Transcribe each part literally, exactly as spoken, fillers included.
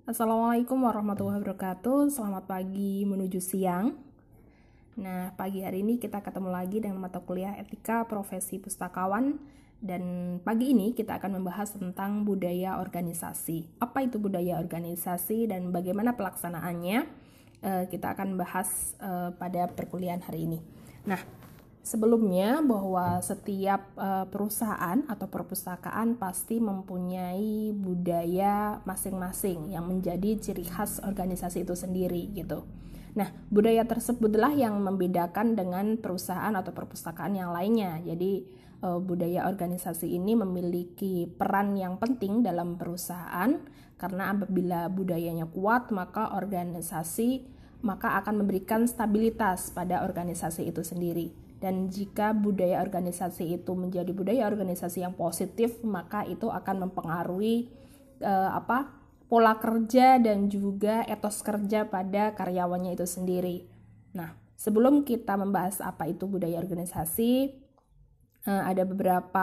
Assalamualaikum warahmatullahi wabarakatuh. Selamat pagi menuju siang. Nah, pagi hari ini kita ketemu lagi dengan mata kuliah Etika Profesi Pustakawan. Dan pagi ini kita akan membahas tentang budaya organisasi. Apa itu budaya organisasi dan bagaimana pelaksanaannya? Eh, kita akan bahas eh, pada perkuliahan hari ini. Nah, sebelumnya bahwa setiap uh, perusahaan atau perpustakaan pasti mempunyai budaya masing-masing yang menjadi ciri khas organisasi itu sendiri gitu. Nah, budaya tersebutlah yang membedakan dengan perusahaan atau perpustakaan yang lainnya. Jadi uh, budaya organisasi ini memiliki peran yang penting dalam perusahaan karena apabila budayanya kuat maka organisasi maka akan memberikan stabilitas pada organisasi itu sendiri. Dan jika budaya organisasi itu menjadi budaya organisasi yang positif, maka itu akan mempengaruhi eh, apa pola kerja dan juga etos kerja pada karyawannya itu sendiri. Nah, sebelum kita membahas apa itu budaya organisasi, eh, ada beberapa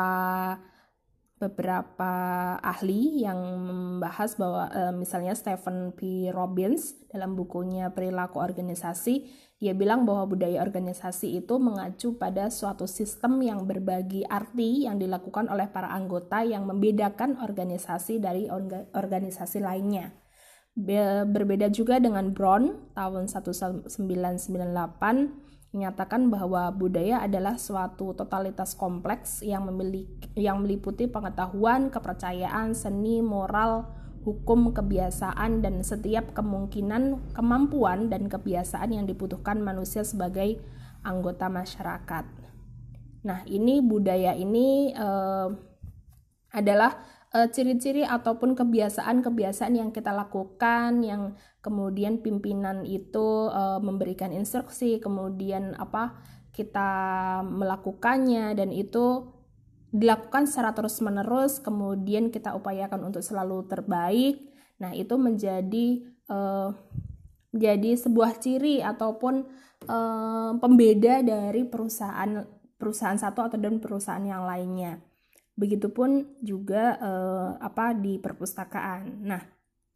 beberapa ahli yang membahas bahwa e, misalnya Stephen P. Robbins dalam bukunya Perilaku Organisasi, dia bilang bahwa budaya organisasi itu mengacu pada suatu sistem yang berbagi arti yang dilakukan oleh para anggota yang membedakan organisasi dari orga, organisasi lainnya. Be, berbeda juga dengan Brown tahun seribu sembilan ratus sembilan puluh delapan menyatakan bahwa budaya adalah suatu totalitas kompleks yang memiliki yang meliputi pengetahuan, kepercayaan, seni, moral, hukum, kebiasaan dan setiap kemungkinan, kemampuan dan kebiasaan yang dibutuhkan manusia sebagai anggota masyarakat. Nah, ini budaya ini eh, adalah eh, ciri-ciri ataupun kebiasaan-kebiasaan yang kita lakukan yang kemudian pimpinan itu uh, memberikan instruksi, kemudian apa kita melakukannya dan itu dilakukan secara terus-menerus, kemudian kita upayakan untuk selalu terbaik. Nah, itu menjadi uh, menjadi sebuah ciri ataupun uh, pembeda dari perusahaan perusahaan satu atau dan perusahaan yang lainnya. Begitupun juga uh, apa di perpustakaan. Nah,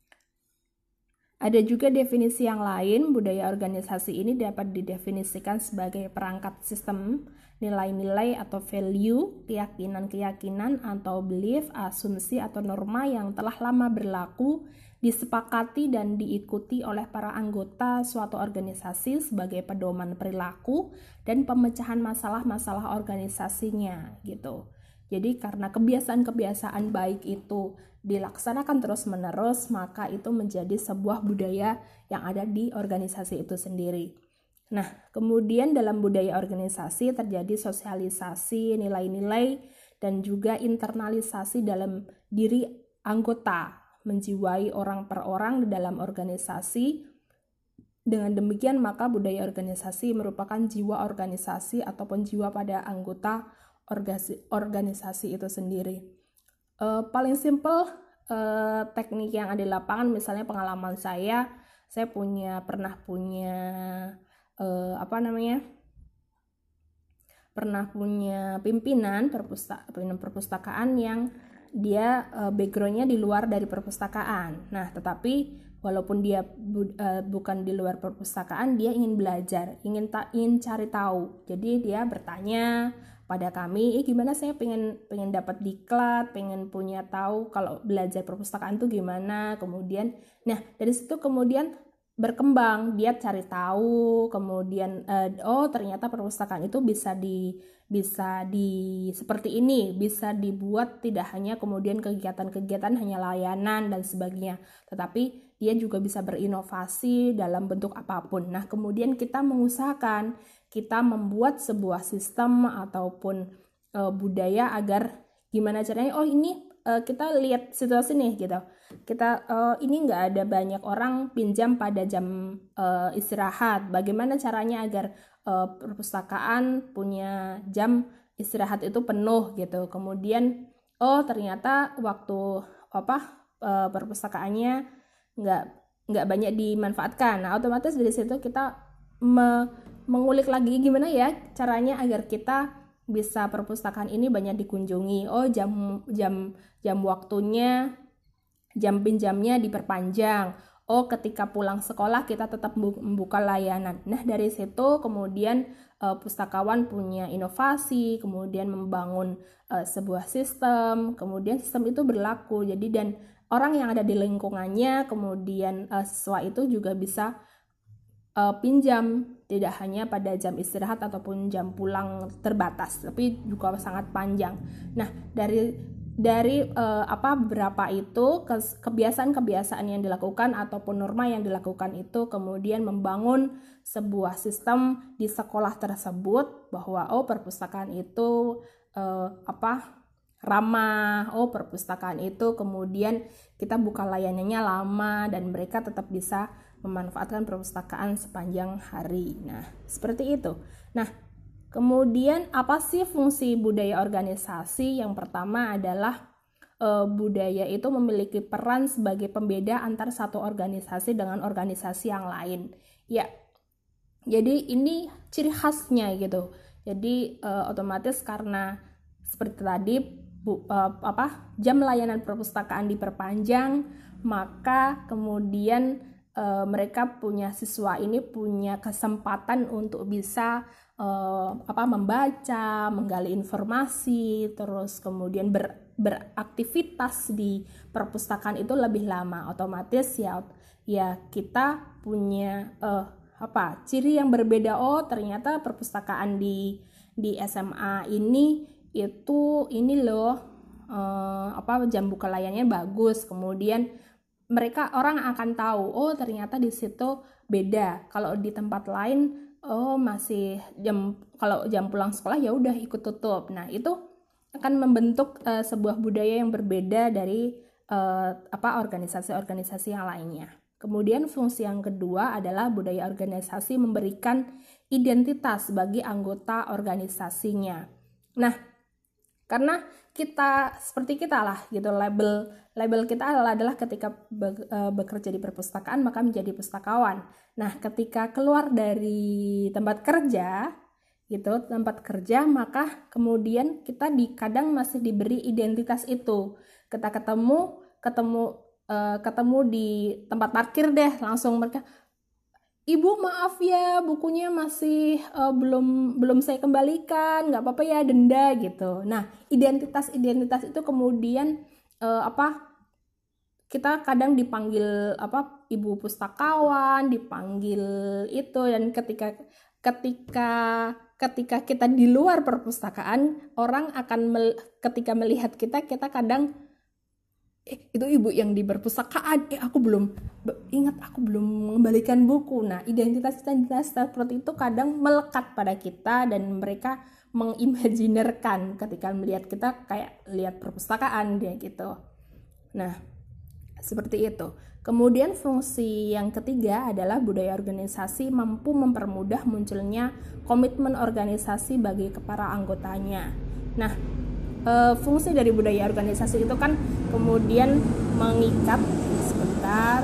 ada juga definisi yang lain, budaya organisasi ini dapat didefinisikan sebagai perangkat sistem, nilai-nilai atau value, keyakinan-keyakinan atau belief, asumsi atau norma yang telah lama berlaku, disepakati dan diikuti oleh para anggota suatu organisasi sebagai pedoman perilaku dan pemecahan masalah-masalah organisasinya gitu. Jadi karena kebiasaan-kebiasaan baik itu dilaksanakan terus-menerus, maka itu menjadi sebuah budaya yang ada di organisasi itu sendiri. Nah, kemudian dalam budaya organisasi terjadi sosialisasi nilai-nilai dan juga internalisasi dalam diri anggota, menjiwai orang per orang di dalam organisasi. Dengan demikian, maka budaya organisasi merupakan jiwa organisasi ataupun jiwa pada anggota organisasi itu sendiri. Uh, paling simple uh, teknik yang ada di lapangan, misalnya pengalaman saya, saya punya pernah punya uh, apa namanya, pernah punya pimpinan perpustaka, pimpinan perpustakaan yang dia uh, backgroundnya di luar dari perpustakaan. Nah, tetapi walaupun dia bu, uh, bukan di luar perpustakaan, dia ingin belajar, ingin ta- ingin cari tahu. Jadi dia bertanya pada kami, eh gimana saya pengen pengen dapat diklat, pengen punya tahu kalau belajar perpustakaan itu gimana. Kemudian, nah dari situ kemudian berkembang, dia cari tahu, kemudian eh, oh ternyata perpustakaan itu bisa di bisa di seperti ini, bisa dibuat tidak hanya kemudian kegiatan-kegiatan hanya layanan dan sebagainya, tetapi dia juga bisa berinovasi dalam bentuk apapun. Nah, kemudian kita mengusahakan kita membuat sebuah sistem ataupun e, budaya agar gimana caranya, oh ini e, kita lihat situasi nih gitu, kita e, ini nggak ada banyak orang pinjam pada jam e, istirahat, bagaimana caranya agar e, perpustakaan punya jam istirahat itu penuh gitu. Kemudian oh ternyata waktu apa e, perpustakaannya nggak nggak banyak dimanfaatkan. Nah, otomatis dari situ kita me mengulik lagi gimana ya caranya agar kita bisa perpustakaan ini banyak dikunjungi. Oh, jam jam jam waktunya jam pinjamnya diperpanjang. Oh, ketika pulang sekolah kita tetap membuka layanan. Nah, dari situ kemudian uh, pustakawan punya inovasi, kemudian membangun uh, sebuah sistem, kemudian sistem itu berlaku. Jadi dan orang yang ada di lingkungannya, kemudian uh, siswa itu juga bisa uh, pinjam, tidak hanya pada jam istirahat ataupun jam pulang terbatas, tapi juga sangat panjang. Nah, dari dari uh, apa beberapa itu kebiasaan-kebiasaan yang dilakukan ataupun norma yang dilakukan itu kemudian membangun sebuah sistem di sekolah tersebut bahwa oh perpustakaan itu uh, apa ramah, oh perpustakaan itu kemudian kita buka layanannya lama dan mereka tetap bisa memanfaatkan perpustakaan sepanjang hari. Nah, seperti itu. Nah, kemudian apa sih fungsi budaya organisasi? Yang pertama adalah e, budaya itu memiliki peran sebagai pembeda antar satu organisasi dengan organisasi yang lain. Ya, jadi ini ciri khasnya gitu. Jadi e, otomatis karena seperti tadi bu, e, apa jam layanan perpustakaan diperpanjang, maka kemudian e, mereka punya siswa ini punya kesempatan untuk bisa Uh, apa membaca, menggali informasi, terus kemudian ber, beraktivitas di perpustakaan itu lebih lama. Otomatis ya ya kita punya uh, apa ciri yang berbeda. Oh, ternyata perpustakaan di di S M A ini itu ini loh uh, apa jam buka layarnya bagus. Kemudian mereka orang akan tahu, oh ternyata di situ beda. Kalau di tempat lain oh masih jam kalau jam pulang sekolah ya udah ikut tutup. Nah, itu akan membentuk uh, sebuah budaya yang berbeda dari uh, apa organisasi-organisasi yang lainnya. Kemudian fungsi yang kedua adalah budaya organisasi memberikan identitas bagi anggota organisasinya. Nah, karena kita seperti kita lah gitu, label label kita adalah, adalah ketika be, e, bekerja di perpustakaan maka menjadi pustakawan. Nah, ketika keluar dari tempat kerja gitu, tempat kerja maka kemudian kita di kadang masih diberi identitas itu. Kita ketemu ketemu e, ketemu di tempat parkir deh, langsung mereka, Ibu maaf ya bukunya masih uh, belum belum saya kembalikan, nggak apa-apa ya denda gitu. Nah, identitas-identitas itu kemudian uh, apa kita kadang dipanggil apa ibu pustakawan, dipanggil itu, dan ketika ketika ketika kita di luar perpustakaan, orang akan mel, ketika melihat kita kita kadang eh itu ibu yang di perpustakaan, eh aku belum ingat aku belum mengembalikan buku. Nah, identitas-identitas seperti itu kadang melekat pada kita dan mereka mengimajinerkan ketika melihat kita kayak lihat perpustakaan dia gitu. Nah, seperti itu. Kemudian fungsi yang ketiga adalah budaya organisasi mampu mempermudah munculnya komitmen organisasi bagi para anggotanya. Nah, Uh, fungsi dari budaya organisasi itu kan kemudian mengikat sebentar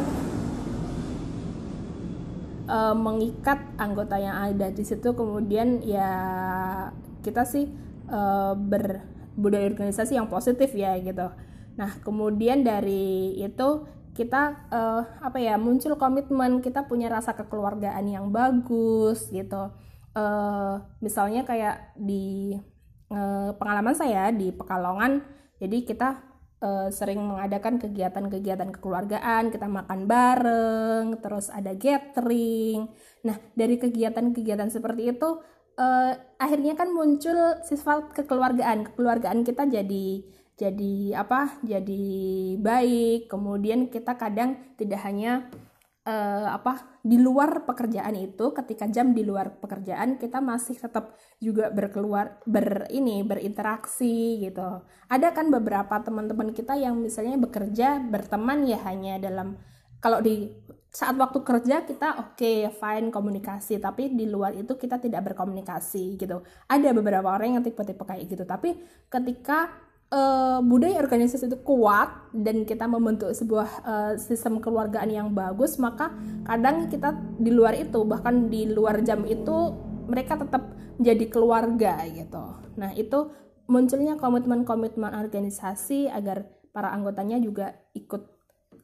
uh, mengikat anggota yang ada di situ, kemudian ya kita sih uh, berbudaya organisasi yang positif ya gitu. Nah, kemudian dari itu kita uh, apa ya muncul komitmen, kita punya rasa kekeluargaan yang bagus gitu. Uh, misalnya kayak di pengalaman saya di Pekalongan, jadi kita e, sering mengadakan kegiatan-kegiatan kekeluargaan, kita makan bareng, terus ada gathering. Nah, dari kegiatan-kegiatan seperti itu e, akhirnya kan muncul sifat kekeluargaan, kekeluargaan kita jadi jadi apa? Jadi baik. Kemudian kita kadang tidak hanya Uh, apa di luar pekerjaan itu, ketika jam di luar pekerjaan kita masih tetap juga berkeluar ber ini berinteraksi gitu. Ada kan beberapa teman-teman kita yang misalnya bekerja berteman ya hanya dalam kalau di saat waktu kerja kita oke okay, fine komunikasi, tapi di luar itu kita tidak berkomunikasi gitu. Ada beberapa orang yang tipe-tipe kayak gitu, tapi ketika Uh, budaya organisasi itu kuat dan kita membentuk sebuah uh, sistem keluargaan yang bagus, maka kadang kita di luar itu, bahkan di luar jam itu mereka tetap menjadi keluarga gitu. Nah, itu munculnya komitmen-komitmen organisasi agar para anggotanya juga ikut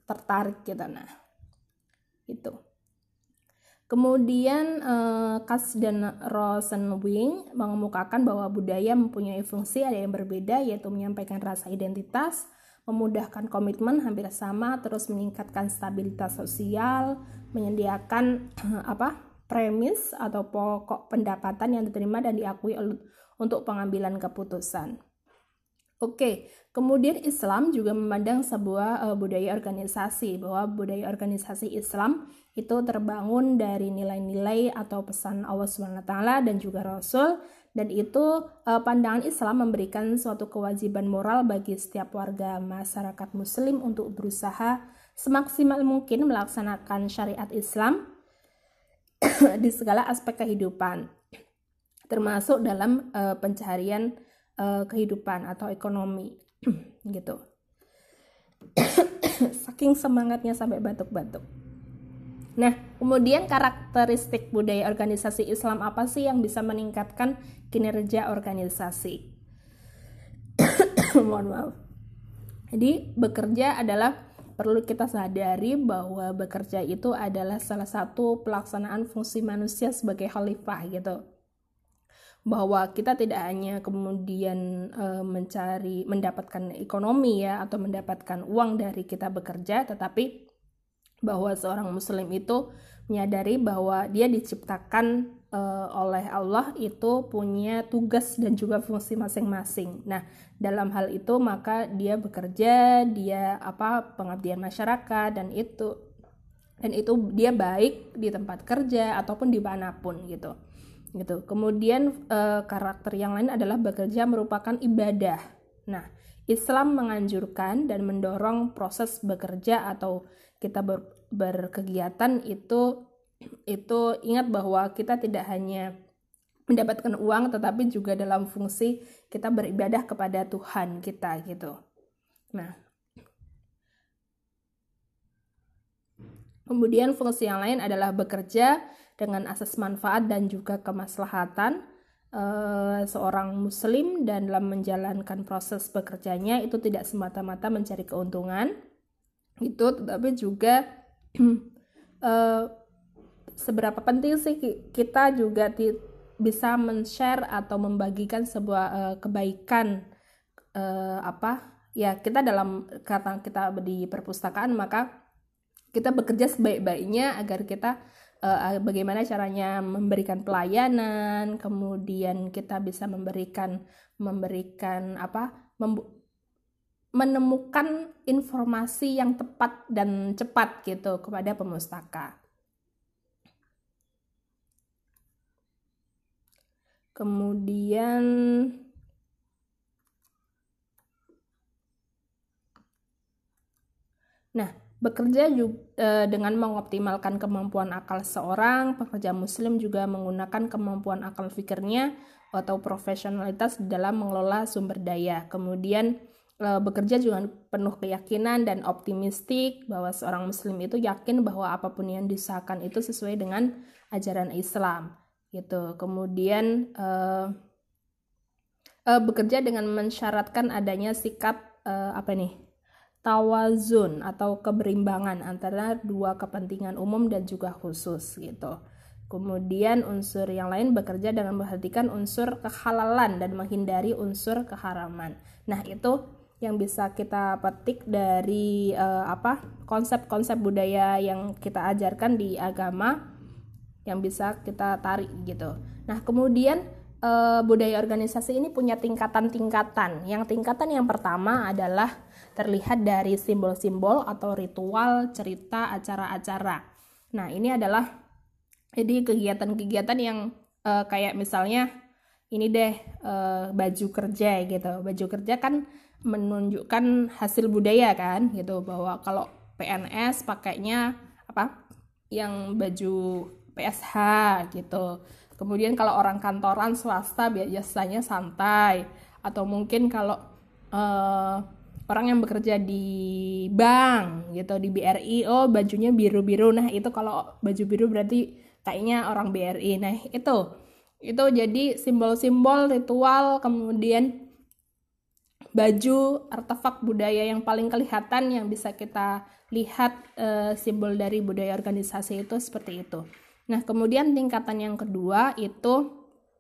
tertarik gitu. Nah, itu. Kemudian eh, Katz dan Rosenwing mengemukakan bahwa budaya mempunyai fungsi ada yang berbeda, yaitu menyampaikan rasa identitas, memudahkan komitmen hampir sama, terus meningkatkan stabilitas sosial, menyediakan apa premis atau pokok pendapatan yang diterima dan diakui untuk pengambilan keputusan. Oke, kemudian Islam juga memandang sebuah uh, budaya organisasi, bahwa budaya organisasi Islam itu terbangun dari nilai-nilai atau pesan Allah subhanahu wa taala dan juga Rasul, dan itu uh, pandangan Islam memberikan suatu kewajiban moral bagi setiap warga masyarakat muslim untuk berusaha semaksimal mungkin melaksanakan syariat Islam di segala aspek kehidupan, termasuk dalam uh, pencaharian uh, kehidupan atau ekonomi gitu. Saking semangatnya sampai batuk-batuk. Nah, kemudian karakteristik budaya organisasi Islam apa sih yang bisa meningkatkan kinerja organisasi? Mohon maaf. Jadi bekerja adalah, perlu kita sadari bahwa bekerja itu adalah salah satu pelaksanaan fungsi manusia sebagai khalifah gitu. Bahwa kita tidak hanya kemudian e, mencari mendapatkan ekonomi ya atau mendapatkan uang dari kita bekerja, tetapi bahwa seorang muslim itu menyadari bahwa dia diciptakan e, oleh Allah itu punya tugas dan juga fungsi masing-masing. Nah, dalam hal itu maka dia bekerja, dia apa pengabdian masyarakat, dan itu dan itu dia baik di tempat kerja ataupun dimanapun gitu. Gitu. Kemudian e, karakter yang lain adalah bekerja merupakan ibadah. Nah, Islam menganjurkan dan mendorong proses bekerja atau kita ber, berkegiatan itu itu ingat bahwa kita tidak hanya mendapatkan uang, tetapi juga dalam fungsi kita beribadah kepada Tuhan kita gitu. Nah, kemudian fungsi yang lain adalah bekerja dengan asas manfaat dan juga kemaslahatan eh, seorang muslim, dan dalam menjalankan proses bekerjanya itu tidak semata-mata mencari keuntungan itu, tetapi juga eh, seberapa penting sih kita juga ti- bisa men-share atau membagikan sebuah uh, kebaikan uh, apa ya kita dalam kata kita di perpustakaan, maka kita bekerja sebaik-baiknya agar kita uh, bagaimana caranya memberikan pelayanan, kemudian kita bisa memberikan memberikan apa mem- menemukan informasi yang tepat dan cepat gitu kepada pemustaka. Kemudian nah, bekerja juga, e, dengan mengoptimalkan kemampuan akal seorang, pekerja muslim juga menggunakan kemampuan akal fikirnya atau profesionalitas dalam mengelola sumber daya. Kemudian e, bekerja juga penuh keyakinan dan optimistik bahwa seorang muslim itu yakin bahwa apapun yang diusahakan itu sesuai dengan ajaran Islam. Gitu. Kemudian uh, uh, bekerja dengan mensyaratkan adanya sikap uh, apa nih tawazun atau keberimbangan antara dua kepentingan umum dan juga khusus gitu. Kemudian unsur yang lain bekerja dengan memperhatikan unsur kehalalan dan menghindari unsur keharaman. Nah, itu yang bisa kita petik dari uh, apa konsep-konsep budaya yang kita ajarkan di agama, yang bisa kita tarik gitu. Nah, kemudian e, budaya organisasi ini punya tingkatan-tingkatan. Yang tingkatan yang pertama adalah terlihat dari simbol-simbol atau ritual, cerita, acara-acara. Nah, ini adalah jadi kegiatan-kegiatan yang e, kayak misalnya ini deh e, baju kerja gitu. Baju kerja kan menunjukkan hasil budaya kan gitu, bahwa kalau P N S pakainya apa? Yang baju P S H gitu. Kemudian kalau orang kantoran swasta biasanya santai, atau mungkin kalau uh, orang yang bekerja di bank gitu, di B R I, oh bajunya biru-biru. Nah, itu kalau baju biru berarti kayaknya orang B R I. Nah, itu itu jadi simbol-simbol ritual, kemudian baju, artefak budaya yang paling kelihatan yang bisa kita lihat e, simbol dari budaya organisasi itu seperti itu. Nah, kemudian tingkatan yang kedua itu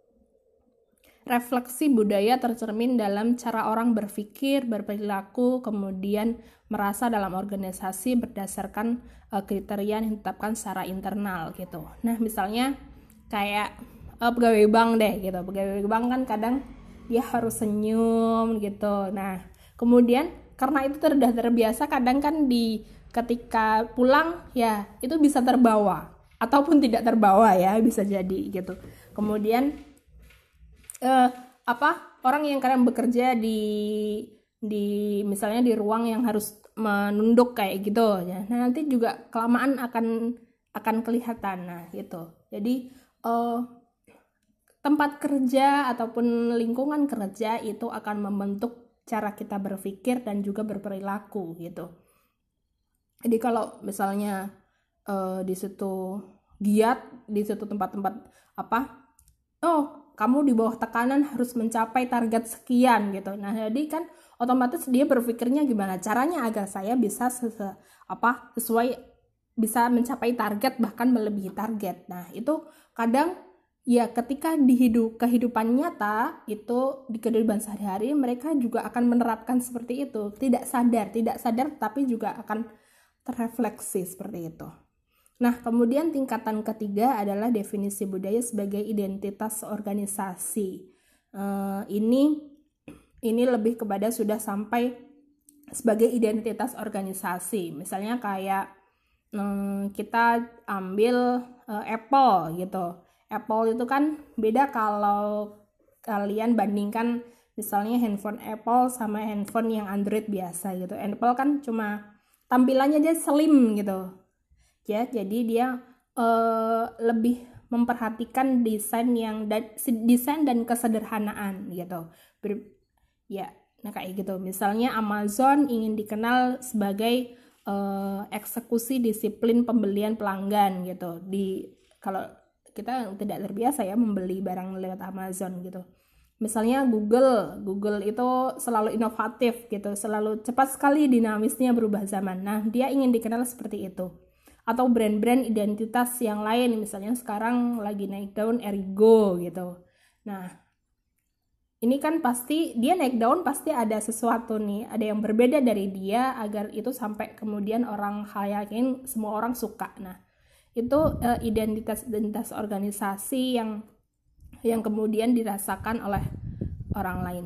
refleksi budaya tercermin dalam cara orang berpikir, berperilaku, kemudian merasa dalam organisasi berdasarkan e, kriteria yang ditetapkan secara internal gitu. Nah, misalnya kayak e, pegawai bank deh gitu. Pegawai bank kan kadang dia harus senyum gitu. Nah, kemudian karena itu sudah terbiasa, kadang kan di ketika pulang ya itu bisa terbawa ataupun tidak terbawa ya, bisa jadi gitu. Kemudian eh, apa orang yang kadang bekerja di di misalnya di ruang yang harus menunduk kayak gitu ya, nah nanti juga kelamaan akan akan kelihatan. Nah gitu. Jadi eh, tempat kerja ataupun lingkungan kerja itu akan membentuk cara kita berpikir dan juga berperilaku gitu. Jadi kalau misalnya uh, di situ giat, di situ tempat-tempat apa, oh kamu di bawah tekanan harus mencapai target sekian gitu. Nah jadi kan otomatis dia berpikirnya gimana caranya agar saya bisa sesu, apa sesuai bisa mencapai target bahkan melebihi target. Nah itu kadang ya ketika di hidup kehidupan nyata itu di kehidupan sehari-hari mereka juga akan menerapkan seperti itu, tidak sadar, tidak sadar tapi juga akan terrefleksi seperti itu. Nah, kemudian tingkatan ketiga adalah definisi budaya sebagai identitas organisasi. Uh, ini ini lebih kepada sudah sampai sebagai identitas organisasi. Misalnya kayak um, kita ambil uh, Apple gitu. Apple itu kan beda kalau kalian bandingkan misalnya handphone Apple sama handphone yang Android biasa gitu. Apple kan cuma tampilannya dia slim gitu ya, jadi dia uh, lebih memperhatikan desain yang dan desain dan kesederhanaan gitu. Ber, ya nah kayak gitu. Misalnya Amazon ingin dikenal sebagai uh, eksekusi disiplin pembelian pelanggan gitu. Di kalau kita tidak terbiasa ya membeli barang lewat Amazon gitu. Misalnya Google, Google itu selalu inovatif gitu, selalu cepat sekali dinamisnya berubah zaman. Nah, dia ingin dikenal seperti itu. Atau brand-brand identitas yang lain, misalnya sekarang lagi naik daun Erigo gitu. Nah, ini kan pasti dia naik daun pasti ada sesuatu nih, ada yang berbeda dari dia agar itu sampai kemudian orang yakin semua orang suka. Nah, itu uh, identitas-identitas organisasi yang yang kemudian dirasakan oleh orang lain.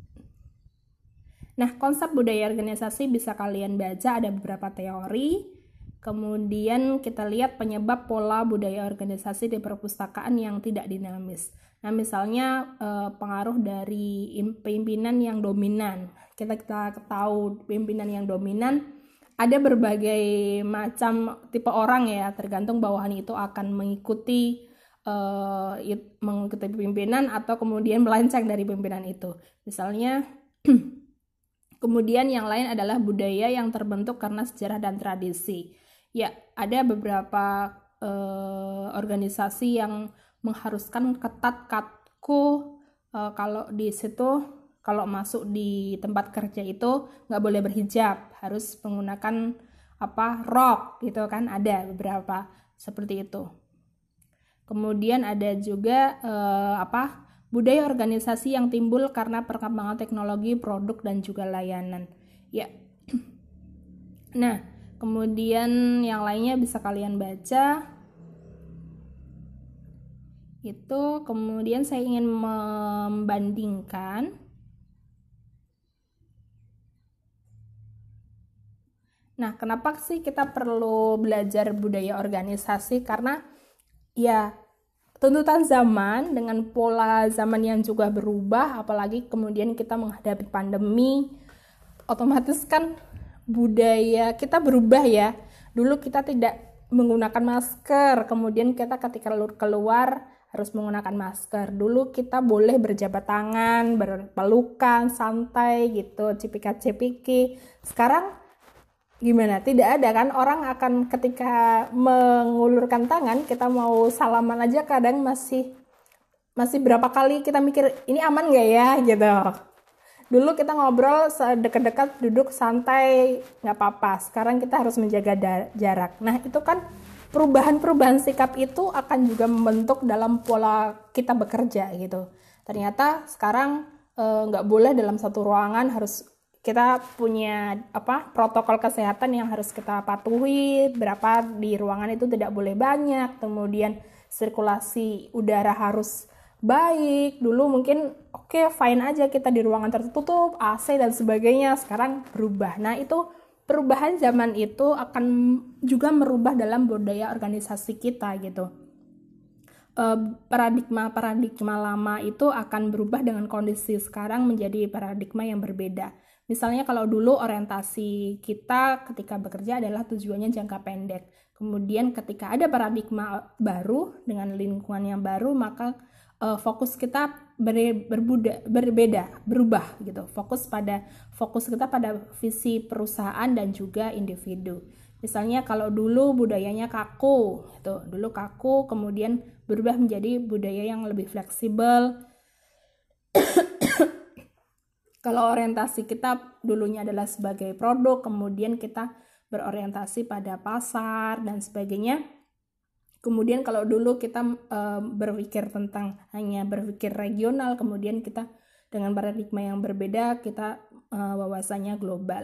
Nah, konsep budaya organisasi bisa kalian baca, ada beberapa teori. Kemudian kita lihat penyebab pola budaya organisasi di perpustakaan yang tidak dinamis. Nah, misalnya eh, pengaruh dari pimpinan yang dominan. Kita kita tahu pimpinan yang dominan ada berbagai macam tipe orang ya, tergantung bawahan itu akan mengikuti Uh, it, mengikuti pimpinan atau kemudian melenceng dari pimpinan itu. Misalnya kemudian yang lain adalah budaya yang terbentuk karena sejarah dan tradisi. Ya, ada beberapa uh, organisasi yang mengharuskan ketat katku uh, kalau di situ kalau masuk di tempat kerja itu nggak boleh berhijab, harus menggunakan apa rok gitu kan, ada beberapa seperti itu. Kemudian ada juga eh, apa budaya organisasi yang timbul karena perkembangan teknologi, produk dan juga layanan. Ya. Nah, kemudian yang lainnya bisa kalian baca. Itu kemudian saya ingin membandingkan Nah, kenapa sih kita perlu belajar budaya organisasi? Karena ya tuntutan zaman dengan pola zaman yang juga berubah, apalagi kemudian kita menghadapi pandemi, otomatis kan budaya kita berubah ya. Dulu kita tidak menggunakan masker, kemudian kita ketika keluar harus menggunakan masker. Dulu kita boleh berjabat tangan, berpelukan, santai gitu, cipika-cipiki. Sekarang gimana? Tidak ada kan, orang akan ketika mengulurkan tangan, kita mau salaman aja kadang masih masih berapa kali kita mikir ini aman gak ya gitu. Dulu kita ngobrol dekat-dekat, duduk santai, nggak apa-apa. Sekarang kita harus menjaga da- jarak. Nah, itu kan perubahan-perubahan sikap itu akan juga membentuk dalam pola kita bekerja gitu. Ternyata sekarang e, nggak boleh dalam satu ruangan, harus kita punya apa protokol kesehatan yang harus kita patuhi. Berapa di ruangan itu tidak boleh banyak. Kemudian sirkulasi udara harus baik. Dulu mungkin oke okay, fine aja kita di ruangan tertutup, A C dan sebagainya. Sekarang berubah. Nah, itu perubahan zaman itu akan juga merubah dalam budaya organisasi kita gitu. E, paradigma-paradigma lama itu akan berubah dengan kondisi sekarang menjadi paradigma yang berbeda. Misalnya kalau dulu orientasi kita ketika bekerja adalah tujuannya jangka pendek. Kemudian ketika ada paradigma baru dengan lingkungan yang baru, maka Uh, fokus kita ber, berbuda, berbeda, berubah gitu. Fokus pada fokus kita pada visi perusahaan dan juga individu. Misalnya kalau dulu budayanya kaku, gitu. Dulu kaku, kemudian berubah menjadi budaya yang lebih fleksibel. Kalau orientasi kita dulunya adalah sebagai produk, kemudian kita berorientasi pada pasar dan sebagainya. Kemudian kalau dulu kita e, berpikir tentang hanya berpikir regional, kemudian kita dengan paradigma yang berbeda, kita e, wawasannya global.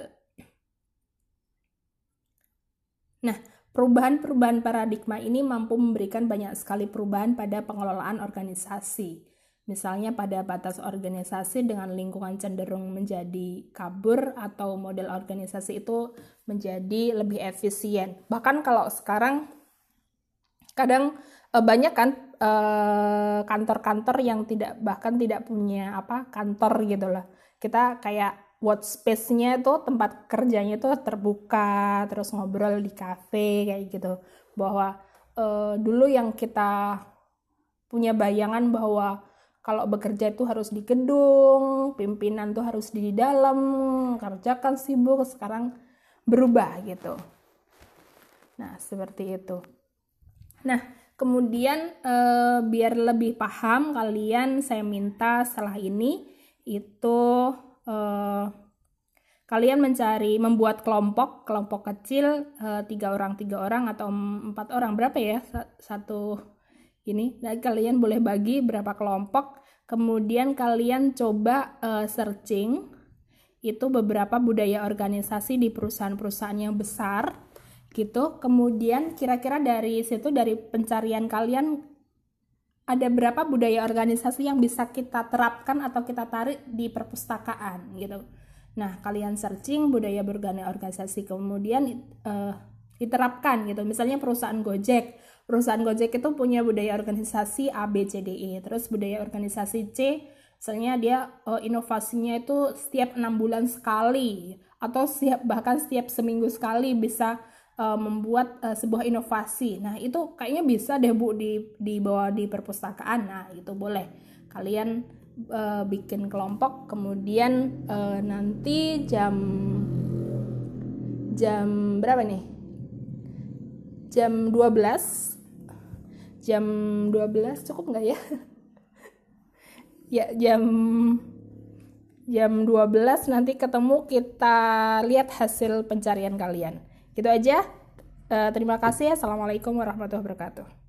Nah, perubahan-perubahan paradigma ini mampu memberikan banyak sekali perubahan pada pengelolaan organisasi. Misalnya pada batas organisasi dengan lingkungan cenderung menjadi kabur atau model organisasi itu menjadi lebih efisien. Bahkan kalau sekarang kadang e, banyak kan e, kantor-kantor yang tidak bahkan tidak punya apa kantor gitu loh. Kita kayak workspace-nya itu tempat kerjanya itu terbuka, terus ngobrol di kafe kayak gitu. Bahwa e, dulu yang kita punya bayangan bahwa kalau bekerja itu harus di gedung, pimpinan tuh harus di dalam, kerjakan sibuk, sekarang berubah gitu. Nah, seperti itu. Nah, kemudian eh, biar lebih paham kalian, saya minta setelah ini itu eh, kalian mencari, membuat kelompok, kelompok kecil eh, tiga orang, tiga orang atau empat orang, berapa ya satu ini. Dan kalian boleh bagi berapa kelompok. Kemudian kalian coba eh, searching itu beberapa budaya organisasi di perusahaan-perusahaan yang besar. Gitu. Kemudian kira-kira dari situ, dari pencarian kalian, ada berapa budaya organisasi yang bisa kita terapkan atau kita tarik di perpustakaan gitu. Nah, kalian searching budaya berorganisasi, kemudian uh, diterapkan gitu. Misalnya perusahaan Gojek, perusahaan Gojek itu punya budaya organisasi A, B, C, D, E. Terus budaya organisasi C, misalnya dia uh, inovasinya itu setiap enam bulan sekali atau setiap bahkan setiap seminggu sekali bisa Uh, membuat uh, sebuah inovasi. Nah, itu kayaknya bisa deh Bu di dibawa di perpustakaan. Nah, itu boleh. Kalian uh, bikin kelompok, kemudian uh, nanti jam jam berapa nih? Jam dua belas. Jam dua belas cukup nggak ya? Ya, jam jam dua belas nanti ketemu, kita lihat hasil pencarian kalian. Gitu aja. Uh, terima kasih. Assalamualaikum warahmatullahi wabarakatuh.